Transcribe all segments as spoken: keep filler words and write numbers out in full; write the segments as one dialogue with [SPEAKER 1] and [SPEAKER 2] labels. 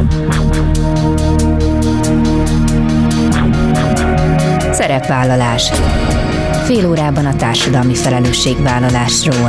[SPEAKER 1] Szerepvállalás. Fél órában a társadalmi felelősségvállalásról.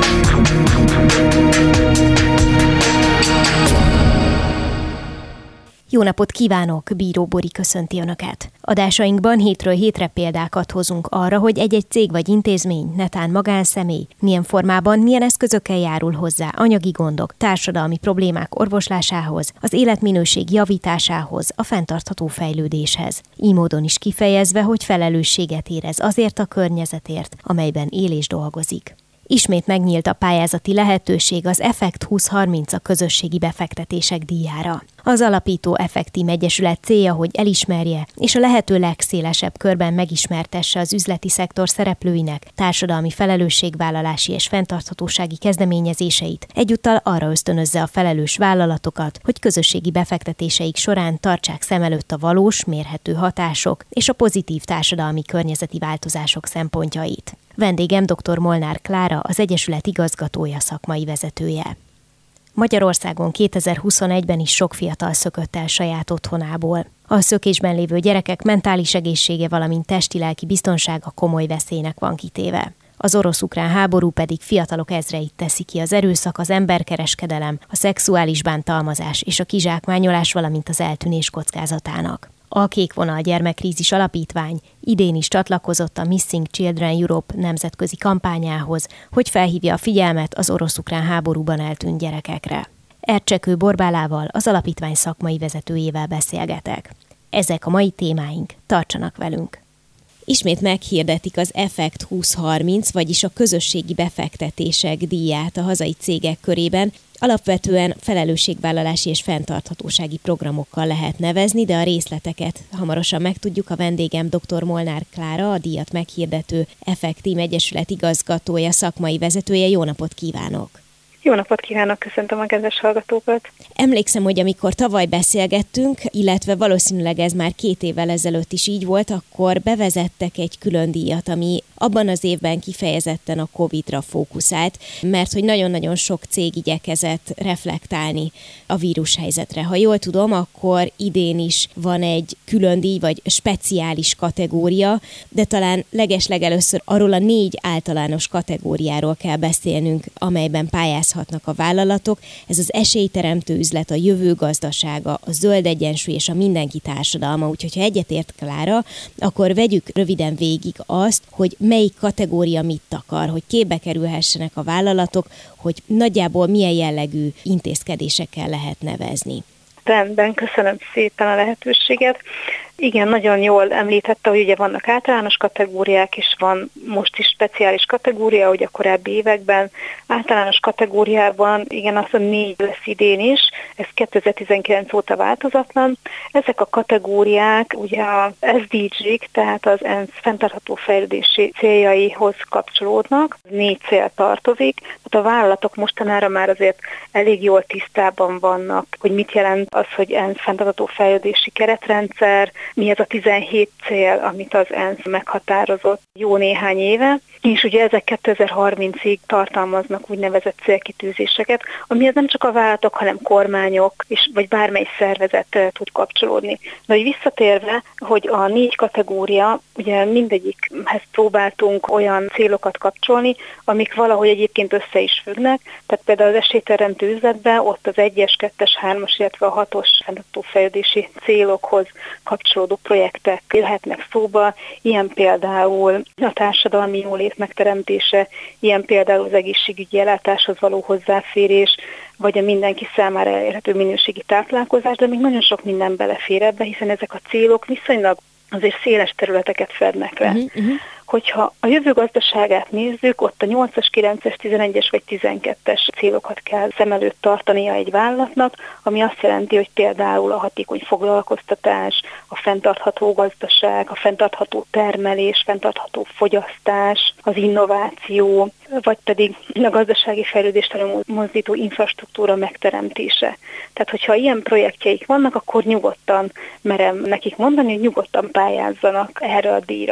[SPEAKER 2] Jó napot kívánok, Bíró Bori köszönti Önöket. Adásainkban hétről hétre példákat hozunk arra, hogy egy-egy cég vagy intézmény, netán magánszemély, milyen formában, milyen eszközökkel járul hozzá anyagi gondok, társadalmi problémák orvoslásához, az életminőség javításához, a fenntartható fejlődéshez. Így módon is kifejezve, hogy felelősséget érez azért a környezetért, amelyben él és dolgozik. Ismét megnyílt a pályázati lehetőség az Effekt húsz-harminc a közösségi befektetések díjára. Az alapító Effekt Egyesület célja, hogy elismerje és a lehető legszélesebb körben megismertesse az üzleti szektor szereplőinek társadalmi felelősségvállalási és fenntarthatósági kezdeményezéseit, egyúttal arra ösztönözze a felelős vállalatokat, hogy közösségi befektetéseik során tartsák szem előtt a valós, mérhető hatások és a pozitív társadalmi környezeti változások szempontjait. Vendégem dr. Molnár Klára, az Egyesület igazgatója, szakmai vezetője. Magyarországon kétezer-huszonegyben is sok fiatal szökött el saját otthonából. A szökésben lévő gyerekek mentális egészsége, valamint testi-lelki biztonsága komoly veszélynek van kitéve. Az orosz-ukrán háború pedig fiatalok ezreit teszi ki az erőszak, az emberkereskedelem, a szexuális bántalmazás és a kizsákmányolás, valamint az eltűnés kockázatának. A Kékvonal Gyermekkrízis Alapítvány idén is csatlakozott a Missing Children Europe nemzetközi kampányához, hogy felhívja a figyelmet az orosz-ukrán háborúban eltűnt gyerekekre. Ercsekő Borbálával, az alapítvány szakmai vezetőjével beszélgetek. Ezek a mai témáink, tartsanak velünk! Ismét meghirdetik az Effekt húsz-harminc, vagyis a közösségi befektetések díját a hazai cégek körében. Alapvetően felelősségvállalási és fenntarthatósági programokkal lehet nevezni, de a részleteket hamarosan megtudjuk. A vendégem dr. Molnár Klára, a díjat meghirdető Effekt Egyesület igazgatója, szakmai vezetője. Jó napot kívánok!
[SPEAKER 3] Jó napot kívánok, köszöntöm a kedves hallgatókat!
[SPEAKER 2] Emlékszem, hogy amikor tavaly beszélgettünk, illetve valószínűleg ez már két évvel ezelőtt is így volt, akkor bevezettek egy külön díjat, ami abban az évben kifejezetten a Covidra fókuszált, mert hogy nagyon-nagyon sok cég igyekezett reflektálni a vírushelyzetre. Ha jól tudom, akkor idén is van egy külön díj, vagy speciális kategória, de talán legeslegelőször arról a négy általános kategóriáról kell beszélnünk, amelyben pályázhatnak a vállalatok. Ez az esélyteremtő üzlet, a jövő gazdasága, a zöld egyensúly és a mindenki társadalma. Úgyhogy ha egyetért Klára, akkor vegyük röviden végig azt, hogy melyik kategória mit akar, hogy képbe kerülhessenek a vállalatok, hogy nagyjából milyen jellegű intézkedésekkel lehet nevezni.
[SPEAKER 3] Rendben, köszönöm szépen a lehetőséget. Igen, nagyon jól említette, hogy ugye vannak általános kategóriák, és van most is speciális kategória, ugye a korábbi években. Általános kategóriában, igen, azt mondom, négy lesz idén is, ez kétezer-tizenkilenc óta változatlan. Ezek a kategóriák ugye az es dé gé-k, tehát az ENSZ fenntartható fejlődési céljaihoz kapcsolódnak. Négy cél tartozik, tehát a vállalatok mostanára már azért elég jól tisztában vannak, hogy mit jelent az, hogy ENSZ fenntartható fejlődési keretrendszer, mi ez a tizenhét cél, amit az ENSZ meghatározott jó néhány éve, és ugye ezek kétezer-harmincig tartalmaznak úgynevezett célkitűzéseket, amihez nem csak a vállalatok, hanem kormányok és vagy bármely szervezet tud kapcsolódni. De hogy visszatérve, hogy a négy kategória, ugye mindegyikhez próbáltunk olyan célokat kapcsolni, amik valahogy egyébként össze is függnek, tehát például az esélyteremtő üzletben ott az egyes, kettes, hármas, illetve a hatos fenntartható fejlődési célokhoz kapcsolódó projektek jöhetnek szóba, ilyen például a társadalmi jólét megteremtése, ilyen például az egészségügyi ellátáshoz való hozzáférés, vagy a mindenki számára elérhető minőségi táplálkozás, de még nagyon sok minden belefér ebbe, hiszen ezek a célok viszonylag azért széles területeket fednek le. Uh-huh, uh-huh. Hogyha a jövő gazdaságát nézzük, ott a nyolcas, kilences, tizenegyes vagy tizenkettes célokat kell szem előtt tartania egy vállalatnak, ami azt jelenti, hogy például a hatékony foglalkoztatás, a fenntartható gazdaság, a fenntartható termelés, fenntartható fogyasztás, az innováció, vagy pedig a gazdasági fejlődést előmozdító infrastruktúra megteremtése. Tehát, hogyha ilyen projektjeik vannak, akkor nyugodtan merem nekik mondani, hogy nyugodtan pályázzanak erre a díjra.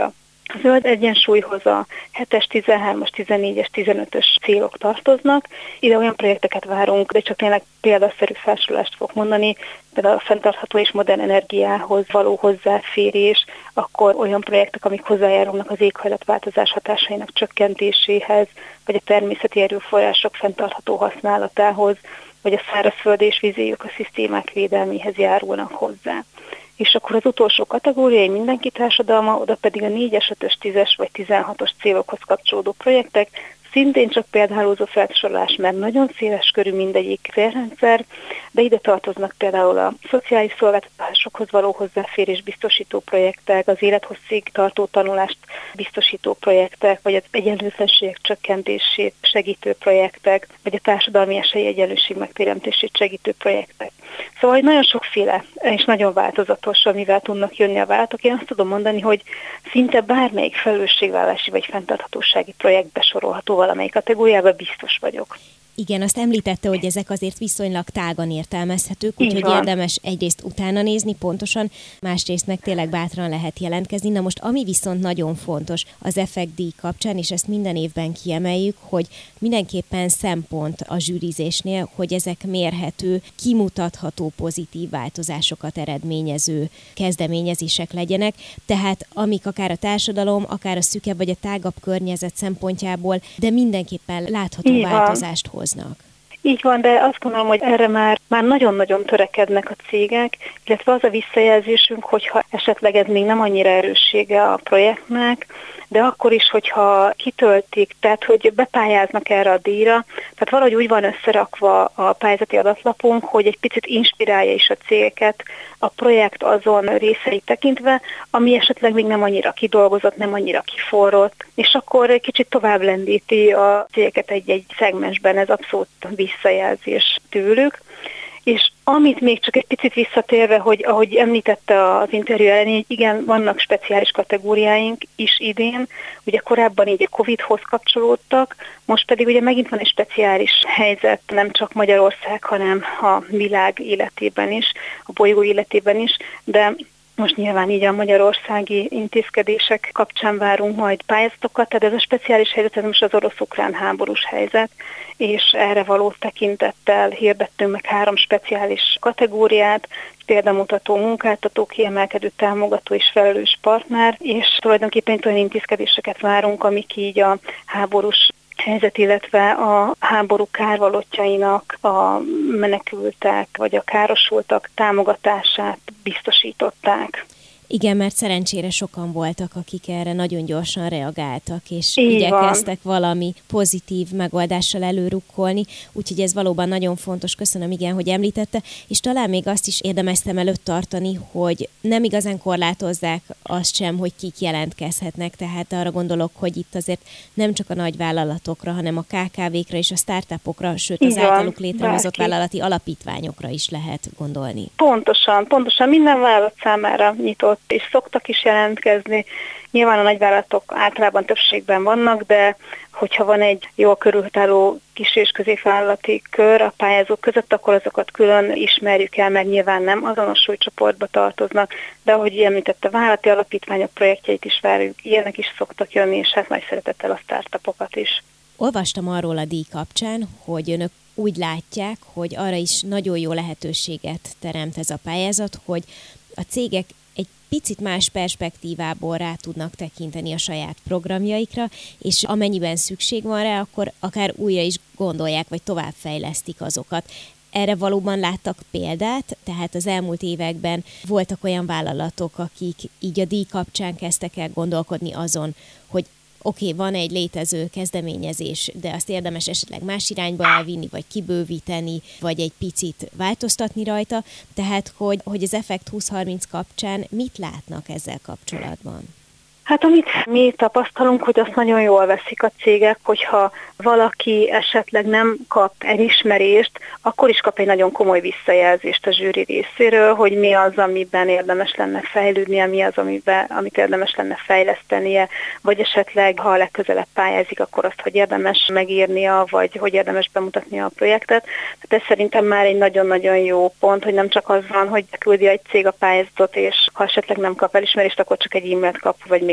[SPEAKER 3] A zöld egyensúlyhoz a hetes, tizenhármas, tizennégyes, tizenötös célok tartoznak. Ide olyan projekteket várunk, de csak tényleg példaszerű felsorolást fogok mondani, például a fenntartható és modern energiához való hozzáférés, akkor olyan projektek, amik hozzájárulnak az éghajlatváltozás hatásainak csökkentéséhez, vagy a természeti erőforrások fenntartható használatához, vagy a szárazföldi és vízi ökoszisztémák védelméhez járulnak hozzá. És akkor az utolsó kategóriai mindenki társadalma, oda pedig a négyes, ötös, tízes vagy tizenhatos célokhoz kapcsolódó projektek, szintén csak példahálózó felsorolás, mert nagyon széles körű mindegyik célrendszer, de ide tartoznak például a szociális szolgáltatásokhoz való hozzáférés biztosító projektek, az élethosszig tartó tanulást biztosító projektek, vagy az egyenlőtlenségek csökkentését segítő projektek, vagy a társadalmi esélyegyenlőség megteremtését segítő projektek. Szóval hogy nagyon sokféle és nagyon változatos, amivel tudnak jönni a vállalatok. Én azt tudom mondani, hogy szinte bármelyik felelősségvállalási vagy fenntarthatósági projektbe sorolható valamelyik kategóriában, biztos vagyok.
[SPEAKER 2] Igen, azt említette, hogy ezek azért viszonylag tágan értelmezhetők, úgyhogy érdemes egyrészt utána nézni pontosan, másrészt meg tényleg bátran lehet jelentkezni. Na most, ami viszont nagyon fontos az effektdíj kapcsán, és ezt minden évben kiemeljük, hogy mindenképpen szempont a zsűrizésnél, hogy ezek mérhető, kimutatható pozitív változásokat eredményező kezdeményezések legyenek, tehát amik akár a társadalom, akár a szűkebb vagy a tágabb környezet szempontjából, de mindenképpen látható
[SPEAKER 3] Igen.
[SPEAKER 2] változást hoz.
[SPEAKER 3] Így van, de azt gondolom, hogy erre már, már nagyon-nagyon törekednek a cégek, illetve az a visszajelzésünk, hogyha esetleg ez még nem annyira erőssége a projektnek, de akkor is, hogyha kitöltik, tehát hogy bepályáznak erre a díjra, tehát valahogy úgy van összerakva a pályázati adatlapunk, hogy egy picit inspirálja is a cégeket a projekt azon részeit tekintve, ami esetleg még nem annyira kidolgozott, nem annyira kiforrott, és akkor egy kicsit tovább lendíti a cégeket egy-egy szegmensben, ez abszolút visszajelzés tőlük. És amit még csak egy picit visszatérve, hogy ahogy említette az interjú elején, hogy igen, vannak speciális kategóriáink is idén, ugye korábban így a Covidhoz kapcsolódtak, most pedig ugye megint van egy speciális helyzet, nem csak Magyarország, hanem a világ életében is, a bolygó életében is, de most nyilván így a magyarországi intézkedések kapcsán várunk majd pályázatokat, tehát ez a speciális helyzet, ez most az orosz-ukrán háborús helyzet, és erre való tekintettel hirdettünk meg három speciális kategóriát, példamutató munkáltató, kiemelkedő támogató és felelős partner, és tulajdonképpen olyan intézkedéseket várunk, amik így a háborús helyzet, illetve a háború kárvallottjainak, a menekültek vagy a károsultak támogatását biztosították.
[SPEAKER 2] Igen, mert szerencsére sokan voltak, akik erre nagyon gyorsan reagáltak, és
[SPEAKER 3] Így
[SPEAKER 2] igyekeztek
[SPEAKER 3] van.
[SPEAKER 2] valami pozitív megoldással előrukkolni, úgyhogy ez valóban nagyon fontos. Köszönöm, igen, hogy említette, és talán még azt is érdemes szem előtt tartani, hogy nem igazán korlátozzák azt sem, hogy kik jelentkezhetnek, tehát arra gondolok, hogy itt azért nem csak a nagyvállalatokra, hanem a ká ká vékra és a startupokra, sőt az
[SPEAKER 3] Így van,
[SPEAKER 2] általuk létrehozott
[SPEAKER 3] bárki.
[SPEAKER 2] vállalati alapítványokra is lehet gondolni.
[SPEAKER 3] Pontosan, pontosan minden vállalat számára nyitott, és szoktak is jelentkezni. Nyilván a nagyvállalatok általában többségben vannak, de hogyha van egy jól körülhatároló kis- és középvállalati kör a pályázók között, akkor azokat külön ismerjük el, mert nyilván nem azonos súlycsoportba tartoznak, de ahogy említette, vállalati alapítványok projektjeit is várjuk, ilyenek is szoktak jönni, és hát nagy szeretettel a startupokat is.
[SPEAKER 2] Olvastam arról a díj kapcsán, hogy önök úgy látják, hogy arra is nagyon jó lehetőséget teremt ez a pályázat, hogy a cégek egy picit más perspektívából rá tudnak tekinteni a saját programjaikra, és amennyiben szükség van rá, akkor akár újra is gondolják, vagy továbbfejlesztik azokat. Erre valóban láttak példát, tehát az elmúlt években voltak olyan vállalatok, akik így a díj kapcsán kezdtek el gondolkodni azon, hogy oké, okay, van egy létező kezdeményezés, de azt érdemes esetleg más irányba elvinni, vagy kibővíteni, vagy egy picit változtatni rajta. Tehát, hogy, hogy az Effekt húsz harminc kapcsán mit látnak ezzel kapcsolatban?
[SPEAKER 3] Hát amit mi tapasztalunk, hogy azt nagyon jól veszik a cégek, hogyha valaki esetleg nem kap elismerést, akkor is kap egy nagyon komoly visszajelzést a zsűri részéről, hogy mi az, amiben érdemes lenne fejlődnie, mi az, amiben, amit érdemes lenne fejlesztenie, vagy esetleg, ha a legközelebb pályázik, akkor azt, hogy érdemes megírnia, vagy hogy érdemes bemutatnia a projektet. Tehát ez szerintem már egy nagyon-nagyon jó pont, hogy nem csak az van, hogy küldi egy cég a pályázatot, és ha esetleg nem kap elismerést, akkor csak egy e-mailt kap, vagy még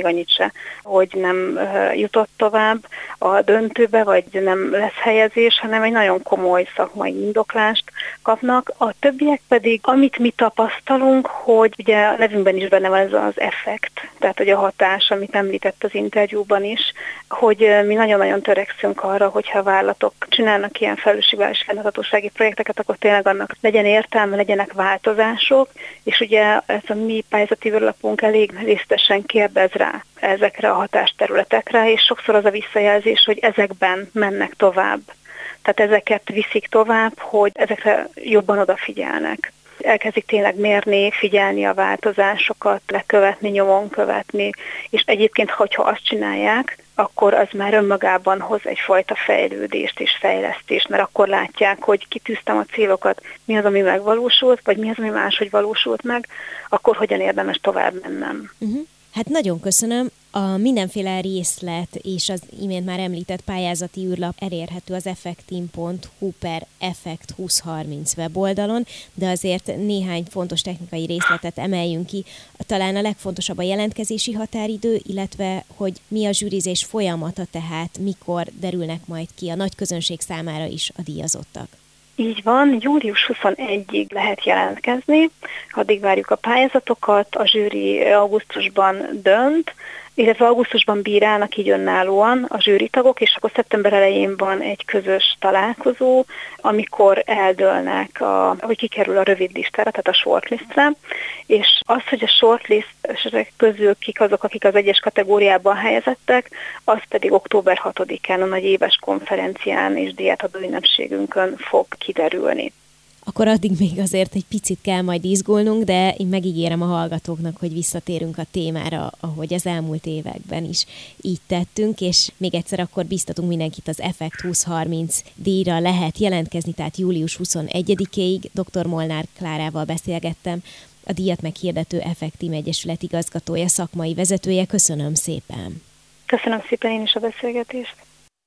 [SPEAKER 3] még annyit se, hogy nem jutott tovább a döntőbe, vagy nem lesz helyezés, hanem egy nagyon komoly szakmai indoklást kapnak. A többiek pedig, amit mi tapasztalunk, hogy ugye a nevünkben is benne van ez az effekt, tehát hogy a hatás, amit említett az interjúban is, hogy mi nagyon-nagyon törekszünk arra, hogyha a vállalatok csinálnak ilyen felelősségvállalási fenntarthatósági projekteket, akkor tényleg annak legyen értelme, legyenek változások, és ugye ez a mi pályázati űrlapunk elég részletesen kérdez rá ezekre a hatásterületekre, és sokszor az a visszajelzés, hogy ezekben mennek tovább. Tehát ezeket viszik tovább, hogy ezekre jobban odafigyelnek. Elkezdik tényleg mérni, figyelni a változásokat, lekövetni, nyomon követni, és egyébként, hogyha azt csinálják, akkor az már önmagában hoz egyfajta fejlődést és fejlesztést, mert akkor látják, hogy kitűztem a célokat, mi az, ami megvalósult, vagy mi az, ami máshogy valósult meg, akkor hogyan érdemes tovább mennem.
[SPEAKER 2] Uh-huh. Hát nagyon köszönöm. A mindenféle részlet és az imént már említett pályázati űrlap elérhető az effektim pont hu per effekt húszharminc weboldalon, de azért néhány fontos technikai részletet emeljünk ki. Talán a legfontosabb a jelentkezési határidő, illetve hogy mi a zsűrizés folyamata, tehát mikor derülnek majd ki a nagy közönség számára is a díjazottak.
[SPEAKER 3] Így van, július huszonegyedikéig lehet jelentkezni, addig várjuk a pályázatokat, a zsűri augusztusban dönt, illetve augusztusban bírálnak így önállóan a zsűritagok, és akkor szeptember elején van egy közös találkozó, amikor eldőlnek, a, hogy kikerül a rövid listára, tehát a shortlistre, és az, hogy a shortlistek közül kik azok, akik az egyes kategóriában helyezettek, az pedig október hatodikán a nagy éves konferencián és díjátadó ünnepségünkön fog kiderülni.
[SPEAKER 2] Akkor addig még azért egy picit kell majd izgulnunk, de én megígérem a hallgatóknak, hogy visszatérünk a témára, ahogy az elmúlt években is így tettünk, és még egyszer akkor biztatunk mindenkit az Effekt húszharminc díjra lehet jelentkezni, tehát július huszonegyedikéig. dr. Molnár Klárával beszélgettem, a díjat meghirdető Effektim Egyesület igazgatója, szakmai vezetője. Köszönöm szépen!
[SPEAKER 3] Köszönöm szépen én is a beszélgetést!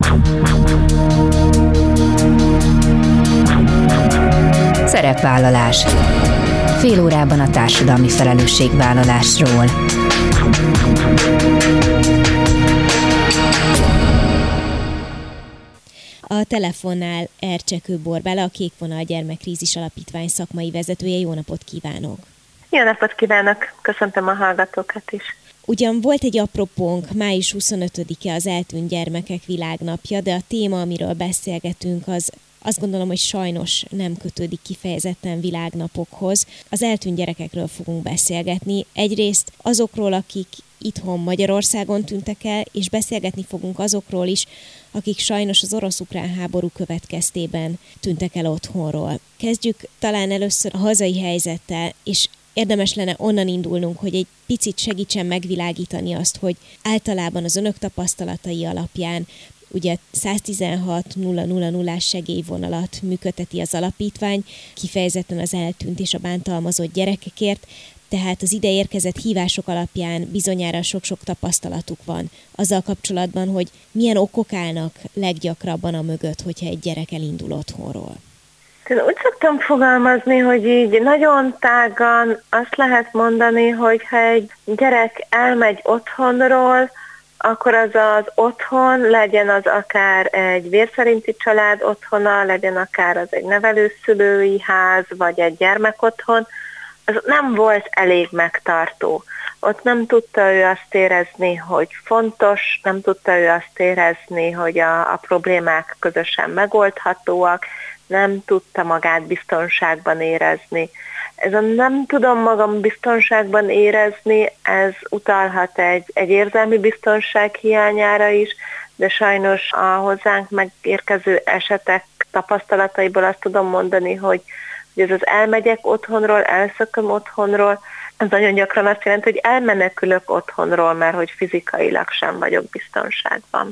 [SPEAKER 1] Szerepvállalás. Fél órában a társadalmi felelősségvállalásról.
[SPEAKER 2] A telefonnál Ercsekő Borbála, a Kékvonal Gyermekkrízis Alapítvány szakmai vezetője. Jó napot kívánok!
[SPEAKER 4] Jó napot kívánok! Köszöntöm a hallgatókat is!
[SPEAKER 2] Ugyan volt egy apropónk, május huszonötödike az eltűnt gyermekek világnapja, de a téma, amiről beszélgetünk, az azt gondolom, hogy sajnos nem kötődik kifejezetten világnapokhoz. Az eltűnt gyerekekről fogunk beszélgetni. Egyrészt azokról, akik itthon Magyarországon tűntek el, és beszélgetni fogunk azokról is, akik sajnos az orosz-ukrán háború következtében tűntek el otthonról. Kezdjük talán először a hazai helyzettel, és érdemes lenne onnan indulnunk, hogy egy picit segítsen megvilágítani azt, hogy általában az önök tapasztalatai alapján ugye száztizenhat nulla nulla nullás segélyvonalat működteti az alapítvány, kifejezetten az eltűnt és a bántalmazott gyerekekért, tehát az ide érkezett hívások alapján bizonyára sok-sok tapasztalatuk van azzal kapcsolatban, hogy milyen okok állnak leggyakrabban a mögött, hogyha egy gyerek elindul otthonról.
[SPEAKER 4] Én úgy szoktam fogalmazni, hogy így nagyon tágan azt lehet mondani, hogy ha egy gyerek elmegy otthonról, akkor az az otthon, legyen az akár egy vérszerinti család otthona, legyen akár az egy nevelőszülői ház, vagy egy gyermekotthon, az nem volt elég megtartó. Ott nem tudta ő azt érezni, hogy fontos, nem tudta ő azt érezni, hogy a, a problémák közösen megoldhatóak, nem tudta magát biztonságban érezni. Ez a nem tudom magam biztonságban érezni, ez utalhat egy, egy érzelmi biztonság hiányára is, de sajnos a hozzánk megérkező esetek tapasztalataiból azt tudom mondani, hogy, hogy ez az elmegyek otthonról, elszököm otthonról, ez nagyon gyakran azt jelenti, hogy elmenekülök otthonról, mert hogy fizikailag sem vagyok biztonságban.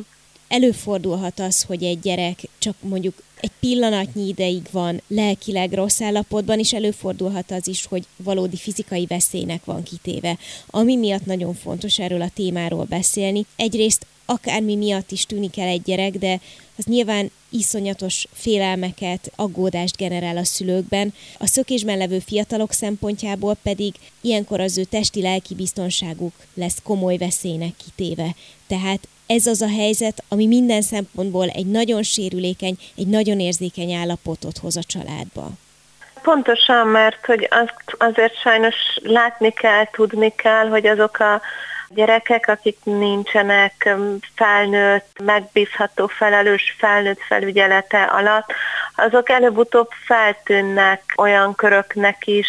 [SPEAKER 2] előfordulhat az, hogy egy gyerek csak mondjuk egy pillanatnyi ideig van lelkileg rossz állapotban, és előfordulhat az is, hogy valódi fizikai veszélynek van kitéve. Ami miatt nagyon fontos erről a témáról beszélni. Egyrészt akármi miatt is tűnik el egy gyerek, de az nyilván iszonyatos félelmeket, aggódást generál a szülőkben. A szökésben levő fiatalok szempontjából pedig ilyenkor az ő testi-lelki biztonságuk lesz komoly veszélynek kitéve. Tehát ez az a helyzet, ami minden szempontból egy nagyon sérülékeny, egy nagyon érzékeny állapotot hoz a családba.
[SPEAKER 4] Pontosan, mert hogy azt azért sajnos látni kell, tudni kell, hogy azok a gyerekek, akik nincsenek felnőtt, megbízható, felelős felnőtt felügyelete alatt, azok előbb-utóbb feltűnnek olyan köröknek is,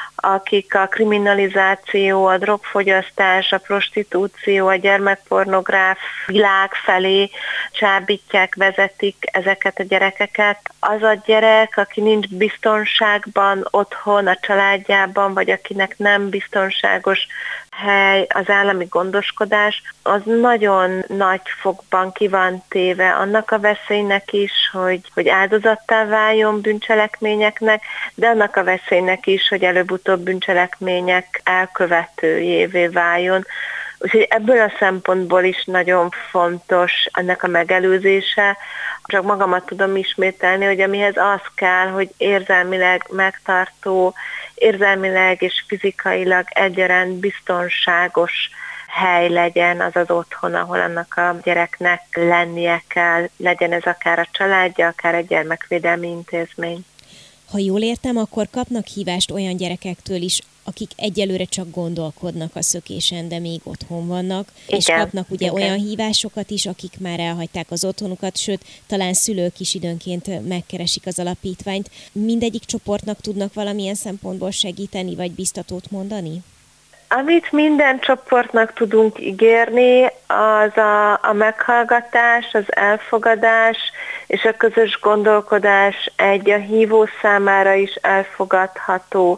[SPEAKER 4] akik a kriminalizáció, a drogfogyasztás, a prostitúció, a gyermekpornográf világ felé csábítják, vezetik ezeket a gyerekeket. Az a gyerek, aki nincs biztonságban otthon, a családjában, vagy akinek nem biztonságos hely, az állami gondoskodás, az nagyon nagy fokban ki van téve annak a veszélynek is, hogy, hogy áldozattá váljon bűncselekményeknek, de annak a veszélynek is, hogy előbb-utóbb bűncselekmények elkövetőjévé váljon. Úgyhogy ebből a szempontból is nagyon fontos ennek a megelőzése. Csak magamat tudom ismételni, hogy amihez az kell, hogy érzelmileg megtartó, érzelmileg és fizikailag egyaránt biztonságos hely legyen az az otthon, ahol annak a gyereknek lennie kell, legyen ez akár a családja, akár egy gyermekvédelmi intézmény.
[SPEAKER 2] Ha jól értem, akkor kapnak hívást olyan gyerekektől is, akik egyelőre csak gondolkodnak a szökésen, de még otthon vannak, igen, és kapnak ugye igen. olyan hívásokat is, akik már elhagyták az otthonukat, sőt, talán szülők is időnként megkeresik az alapítványt. Mindegyik csoportnak tudnak valamilyen szempontból segíteni, vagy biztatót mondani?
[SPEAKER 4] Amit minden csoportnak tudunk ígérni, az a, a meghallgatás, az elfogadás és a közös gondolkodás egy a hívó számára is elfogadható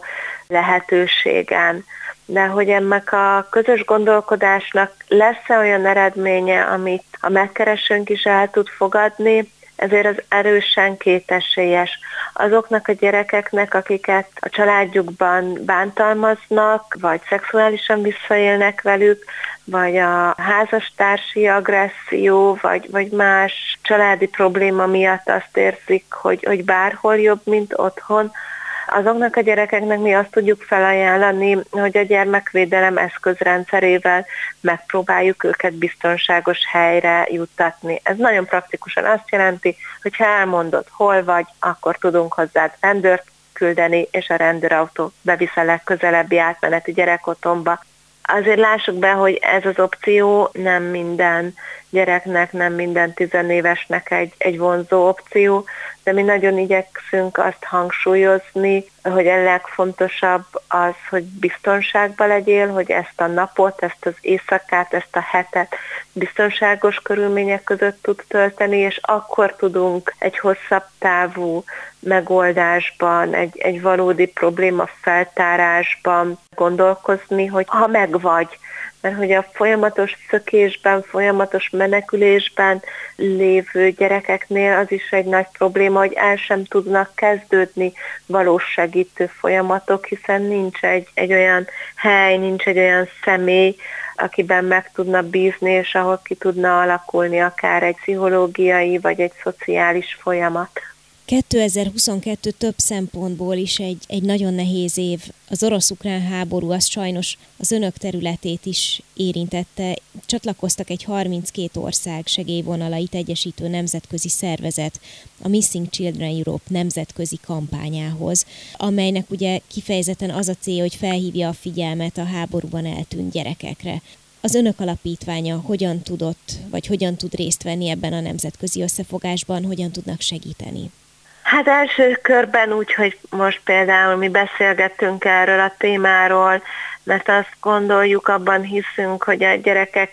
[SPEAKER 4] lehetőségen. De hogy ennek a közös gondolkodásnak lesz-e olyan eredménye, amit a megkeresőnk is el tud fogadni, ezért az erősen kétesélyes. Azoknak a gyerekeknek, akiket a családjukban bántalmaznak, vagy szexuálisan visszaélnek velük, vagy a házastársi agresszió, vagy, vagy más családi probléma miatt azt érzik, hogy, hogy bárhol jobb, mint otthon, azoknak a gyerekeknek mi azt tudjuk felajánlani, hogy a gyermekvédelem eszközrendszerével megpróbáljuk őket biztonságos helyre juttatni. Ez nagyon praktikusan azt jelenti, hogy ha elmondod, hol vagy, akkor tudunk hozzád rendőrt küldeni, és a rendőrautó bevisz a legközelebbi átmeneti gyerekotthonba. Azért lássuk be, hogy ez az opció nem minden gyereknek, nem minden tizenévesnek egy, egy vonzó opció, de mi nagyon igyekszünk azt hangsúlyozni, hogy a legfontosabb az, hogy biztonságban legyél, hogy ezt a napot, ezt az éjszakát, ezt a hetet biztonságos körülmények között tud tölteni, és akkor tudunk egy hosszabb távú megoldásban, egy, egy valódi probléma feltárásban gondolkozni, hogy ha megvagy, mert hogy a folyamatos szökésben, folyamatos menekülésben lévő gyerekeknél az is egy nagy probléma, hogy el sem tudnak kezdődni valós segítő folyamatok, hiszen nincs egy, egy olyan hely, nincs egy olyan személy, akiben meg tudna bízni, és ahol ki tudna alakulni akár egy pszichológiai vagy egy szociális folyamat.
[SPEAKER 2] kétezer-huszonkettő több szempontból is egy, egy nagyon nehéz év. Az orosz-ukrán háború az sajnos az önök területét is érintette. Csatlakoztak egy harminckét ország segélyvonalait egyesítő nemzetközi szervezet, a Missing Children Europe nemzetközi kampányához, amelynek ugye kifejezetten az a célja, hogy felhívja a figyelmet a háborúban eltűnt gyerekekre. Az önök alapítványa hogyan tudott, vagy hogyan tud részt venni ebben a nemzetközi összefogásban, hogyan tudnak segíteni?
[SPEAKER 4] Hát első körben úgy, hogy most például mi beszélgettünk erről a témáról, mert azt gondoljuk, abban hiszünk, hogy a gyerekek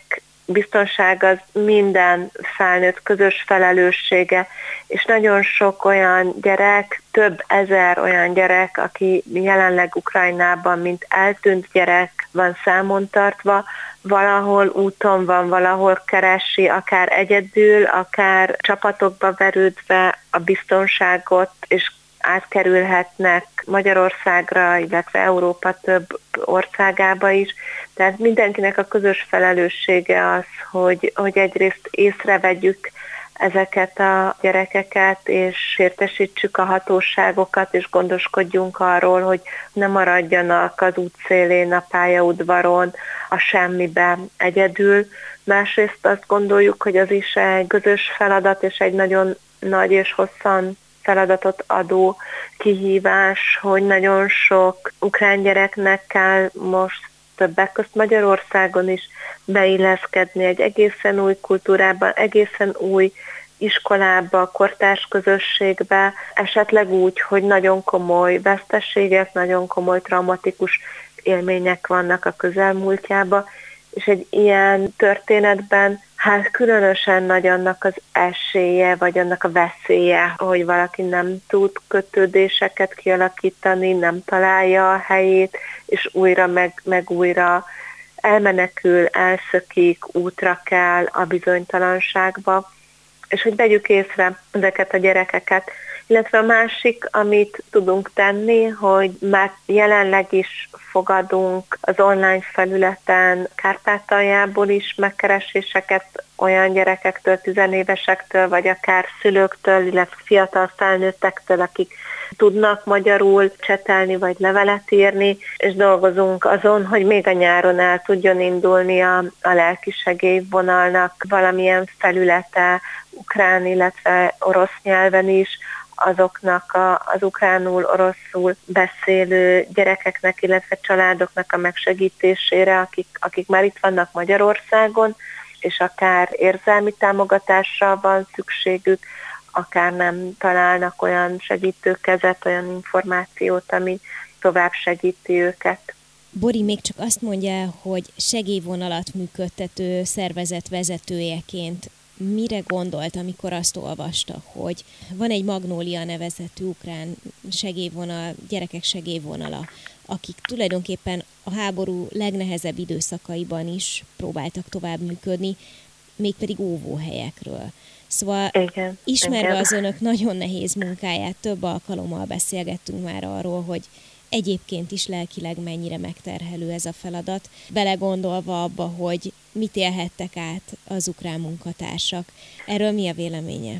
[SPEAKER 4] biztonság az minden felnőtt közös felelőssége, és nagyon sok olyan gyerek, több ezer olyan gyerek, aki jelenleg Ukrajnában, mint eltűnt gyerek van számon tartva, valahol úton van, valahol keresi, akár egyedül, akár csapatokba verődve a biztonságot, és átkerülhetnek Magyarországra, illetve Európa több országába is. Tehát mindenkinek a közös felelőssége az, hogy, hogy egyrészt észrevegyük ezeket a gyerekeket, és értesítsük a hatóságokat, és gondoskodjunk arról, hogy ne maradjanak az útszélén, a pályaudvaron, a semmiben egyedül. Másrészt azt gondoljuk, hogy az is egy közös feladat, és egy nagyon nagy és hosszan feladatot adó kihívás, hogy nagyon sok ukrán gyereknek kell most többek közt Magyarországon is beilleszkedni egy egészen új kultúrába, egészen új iskolába, kortárs közösségbe, esetleg úgy, hogy nagyon komoly veszteségek, nagyon komoly traumatikus élmények vannak a közelmúltjában, és egy ilyen történetben hát különösen nagy annak az esélye, vagy annak a veszélye, hogy valaki nem tud kötődéseket kialakítani, nem találja a helyét, és újra meg, meg újra elmenekül, elszökik, útra kell a bizonytalanságba, és hogy vegyük észre ezeket a gyerekeket. Illetve a másik, amit tudunk tenni, hogy már jelenleg is fogadunk az online felületen Kárpátaljából is megkereséseket olyan gyerekektől, tizenévesektől, vagy akár szülőktől, illetve fiatal felnőttektől, akik tudnak magyarul csetelni, vagy levelet írni, és dolgozunk azon, hogy még a nyáron el tudjon indulni a, a lelkisegélyvonalnak valamilyen felülete, ukrán, illetve orosz nyelven is, azoknak a, az ukránul, oroszul beszélő gyerekeknek, illetve családoknak a megsegítésére, akik, akik már itt vannak Magyarországon, és akár érzelmi támogatásra van szükségük, akár nem találnak olyan segítőkezet, olyan információt, ami tovább segíti őket.
[SPEAKER 2] Bori még csak azt mondja, hogy segélyvonalat működtető szervezet vezetőjeként mire gondolt, amikor azt olvasta, hogy van egy Magnólia nevezetű ukrán segélyvonal, gyerekek segélyvonala, akik tulajdonképpen a háború legnehezebb időszakaiban is próbáltak tovább működni, mégpedig óvóhelyekről. Szóval igen, ismerve igen. Az önök nagyon nehéz munkáját, több alkalommal beszélgettünk már arról, hogy egyébként is lelkileg mennyire megterhelő ez a feladat, belegondolva abba, hogy mit élhettek át az ukrán munkatársak. Erről mi a véleménye?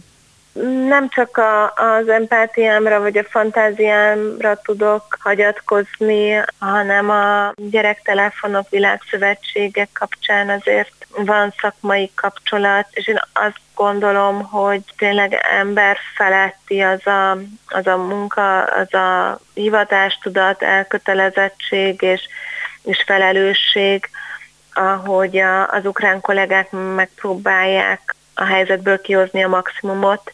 [SPEAKER 4] Nem csak a, az empátiámra vagy a fantáziámra tudok hagyatkozni, hanem a Gyerektelefonok Világszövetsége kapcsán azért van szakmai kapcsolat, és én azt gondolom, hogy tényleg ember feletti az a, az a munka, az a hivatástudat, elkötelezettség és, és felelősség, ahogy a, az ukrán kollégák megpróbálják a helyzetből kihozni a maximumot,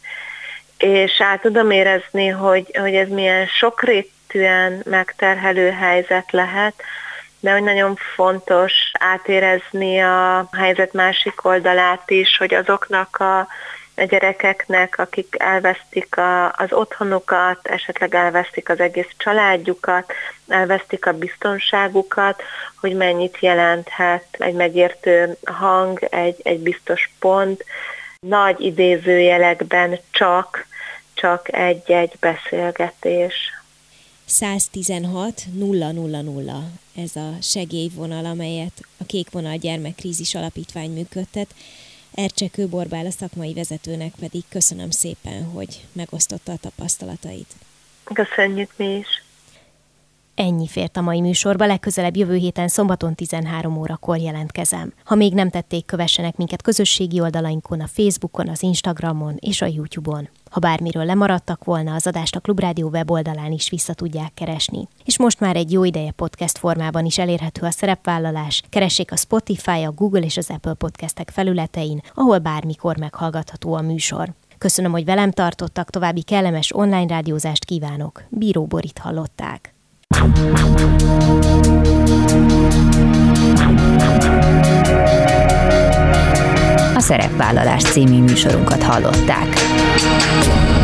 [SPEAKER 4] és át tudom érezni, hogy, hogy ez milyen sokrétűen megterhelő helyzet lehet, de hogy nagyon fontos átérezni a helyzet másik oldalát is, hogy azoknak a, a gyerekeknek, akik elvesztik a, az otthonukat, esetleg elvesztik az egész családjukat, elvesztik a biztonságukat, hogy mennyit jelenthet egy megértő hang, egy, egy biztos pont, nagy idézőjelekben csak, csak egy-egy beszélgetés.
[SPEAKER 2] száz tizenhat nulla nulla nulla ez a segélyvonal, amelyet a Kék Vonal Gyermekkrízis Alapítvány működtet. Ercse Borbála szakmai vezetőnek pedig köszönöm szépen, hogy megosztotta a tapasztalatait.
[SPEAKER 4] Köszönjük mi is.
[SPEAKER 2] Ennyi fért a mai műsorba, legközelebb jövő héten szombaton tizenhárom órakor jelentkezem. Ha még nem tették, kövessenek minket közösségi oldalainkon, a Facebookon, az Instagramon és a YouTube-on. Ha bármiről lemaradtak volna, az adást a Klubrádió weboldalán is vissza tudják keresni. És most már egy jó ideje podcast formában is elérhető a szerepvállalás. Keressék a Spotify, a Google és az Apple podcastek felületein, ahol bármikor meghallgatható a műsor. Köszönöm, hogy velem tartottak, további kellemes online rádiózást kívánok. Bíró Borit hallották.
[SPEAKER 1] Szerepvállalás című műsorunkat hallották.